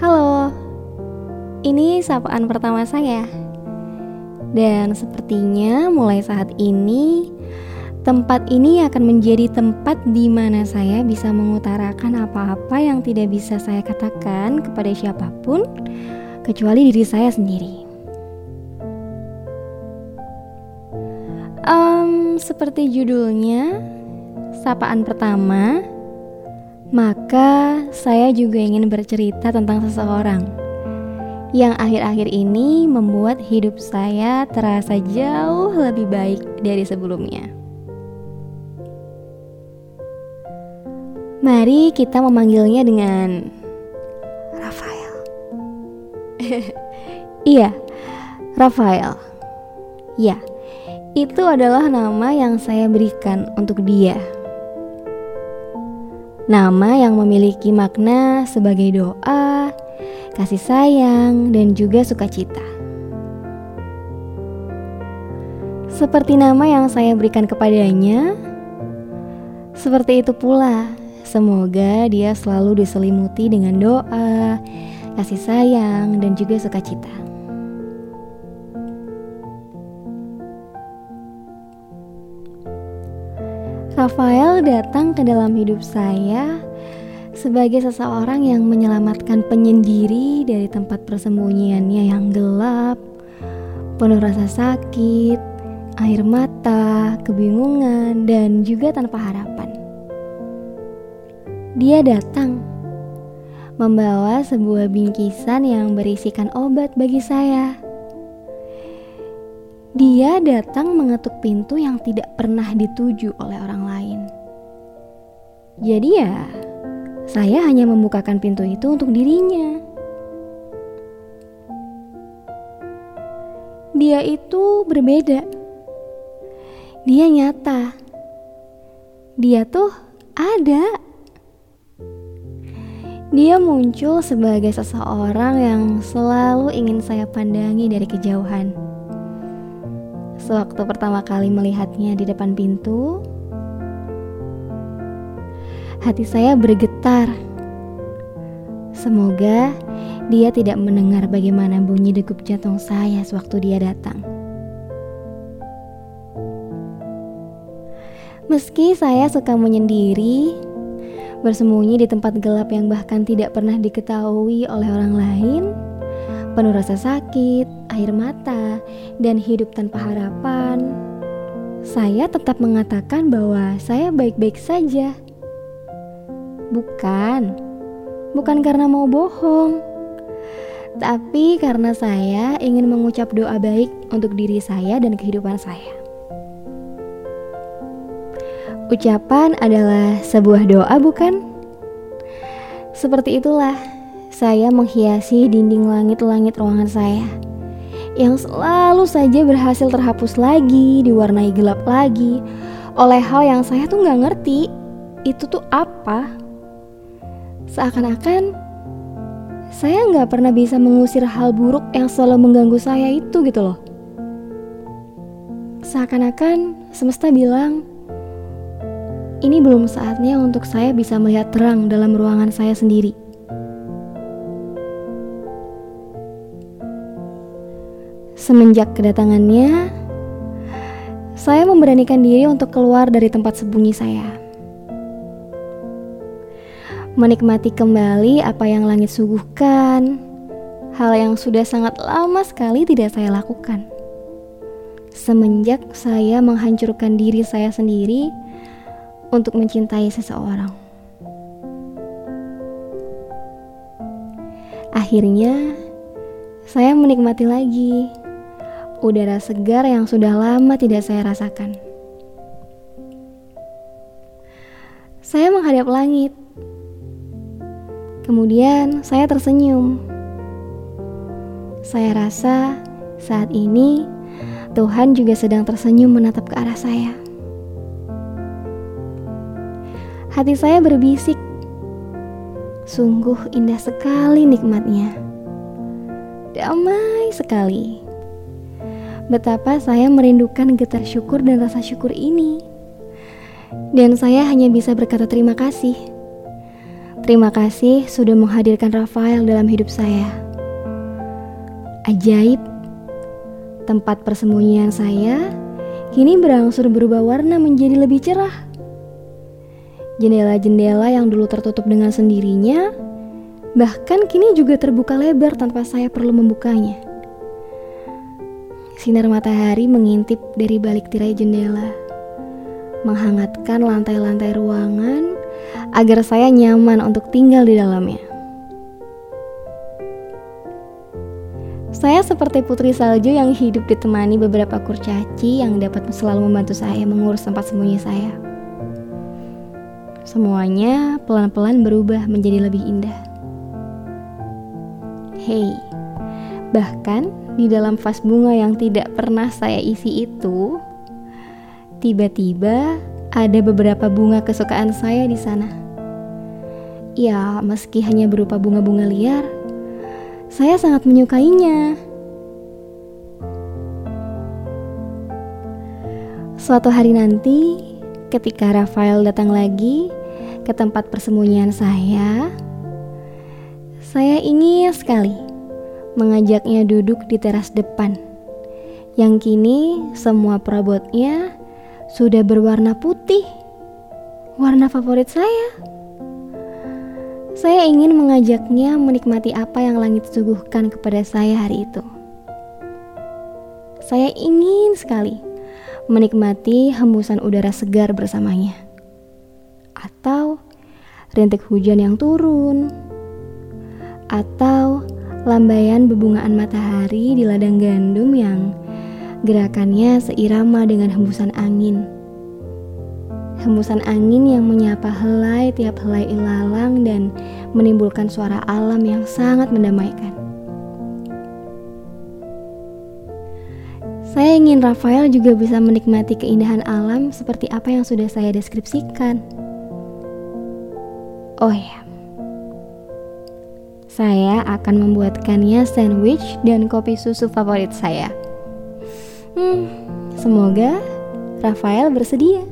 Halo, ini sapaan pertama saya. Dan sepertinya mulai saat ini, tempat ini akan menjadi tempat di mana saya bisa mengutarakan apa-apa yang tidak bisa saya katakan kepada siapapun, kecuali diri saya sendiri. Seperti judulnya, sapaan pertama, maka saya juga ingin bercerita tentang seseorang yang akhir-akhir ini membuat hidup saya terasa jauh lebih baik dari sebelumnya. Mari kita memanggilnya dengan Rafael. Iya, Rafael. Ya, itu adalah nama yang saya berikan untuk dia. Nama yang memiliki makna sebagai doa, kasih sayang, dan juga sukacita. Seperti nama yang saya berikan kepadanya, seperti itu pula, semoga dia selalu diselimuti dengan doa, kasih sayang, dan juga sukacita. Rafael datang ke dalam hidup saya sebagai seseorang yang menyelamatkan penyendiri dari tempat persembunyiannya yang gelap, penuh rasa sakit, air mata, kebingungan, dan juga tanpa harapan. Dia datang membawa sebuah bingkisan yang berisikan obat bagi saya. Dia datang mengetuk pintu yang tidak pernah dituju oleh orang lain. Jadi ya, saya hanya membukakan pintu itu untuk dirinya. Dia itu berbeda. Dia nyata. Dia tuh ada. Dia muncul sebagai seseorang yang selalu ingin saya pandangi dari kejauhan. Sewaktu pertama kali melihatnya di depan pintu, hati saya bergetar. Semoga dia tidak mendengar bagaimana bunyi degup jantung saya sewaktu dia datang. Meski saya suka menyendiri, bersembunyi di tempat gelap yang bahkan tidak pernah diketahui oleh orang lain, penuh rasa sakit, air mata, dan hidup tanpa harapan, saya tetap mengatakan bahwa saya baik-baik saja. Bukan karena mau bohong, tapi karena saya ingin mengucap doa baik untuk diri saya dan kehidupan saya. Ucapan adalah sebuah doa, bukan? Seperti itulah saya menghiasi dinding langit-langit ruangan saya yang selalu saja berhasil terhapus lagi, diwarnai gelap lagi oleh hal yang saya tuh gak ngerti itu tuh apa. Seakan-akan saya gak pernah bisa mengusir hal buruk yang selalu mengganggu saya itu gitu loh. Seakan-akan semesta bilang, ini belum saatnya untuk saya bisa melihat terang dalam ruangan saya sendiri. Semenjak kedatangannya, saya memberanikan diri untuk keluar dari tempat sembunyi saya. Menikmati kembali apa yang langit suguhkan, hal yang sudah sangat lama sekali tidak saya lakukan. Semenjak saya menghancurkan diri saya sendiri untuk mencintai seseorang. Akhirnya, saya menikmati lagi udara segar yang sudah lama tidak saya rasakan. Saya menghadap langit. Kemudian saya tersenyum. Saya rasa saat ini Tuhan juga sedang tersenyum menatap ke arah saya. Hati saya berbisik, sungguh indah sekali nikmatnya. Damai sekali. Betapa saya merindukan getar syukur dan rasa syukur ini. Dan saya hanya bisa berkata terima kasih. Terima kasih sudah menghadirkan Rafael dalam hidup saya. Ajaib, tempat persembunyian saya kini berangsur berubah warna menjadi lebih cerah. Jendela-jendela yang dulu tertutup dengan sendirinya, bahkan kini juga terbuka lebar tanpa saya perlu membukanya. Sinar matahari mengintip dari balik tirai jendela, menghangatkan lantai-lantai ruangan agar saya nyaman untuk tinggal di dalamnya. Saya seperti putri salju yang hidup ditemani beberapa kurcaci yang dapat selalu membantu saya mengurus tempat sembunyi saya. Semuanya pelan-pelan berubah menjadi lebih indah. Hey, bahkan di dalam vas bunga yang tidak pernah saya isi itu, tiba-tiba ada beberapa bunga kesukaan saya di sana. Ya, meski hanya berupa bunga-bunga liar, saya sangat menyukainya. Suatu hari nanti, ketika Rafael datang lagi ke tempat persembunyian saya ingin sekali mengajaknya duduk di teras depan, yang kini semua perabotnya sudah berwarna putih, warna favorit saya. Saya ingin mengajaknya menikmati apa yang langit suguhkan kepada saya hari itu. Saya ingin sekali menikmati hembusan udara segar bersamanya, atau rintik hujan yang turun, atau lambaian bebungaan matahari di ladang gandum yang gerakannya seirama dengan hembusan angin. Hembusan angin yang menyapa helai tiap helai ilalang dan menimbulkan suara alam yang sangat mendamaikan. Saya ingin Rafael juga bisa menikmati keindahan alam seperti apa yang sudah saya deskripsikan. Oh ya, saya akan membuatkannya sandwich dan kopi susu favorit saya. Semoga Rafael bersedia.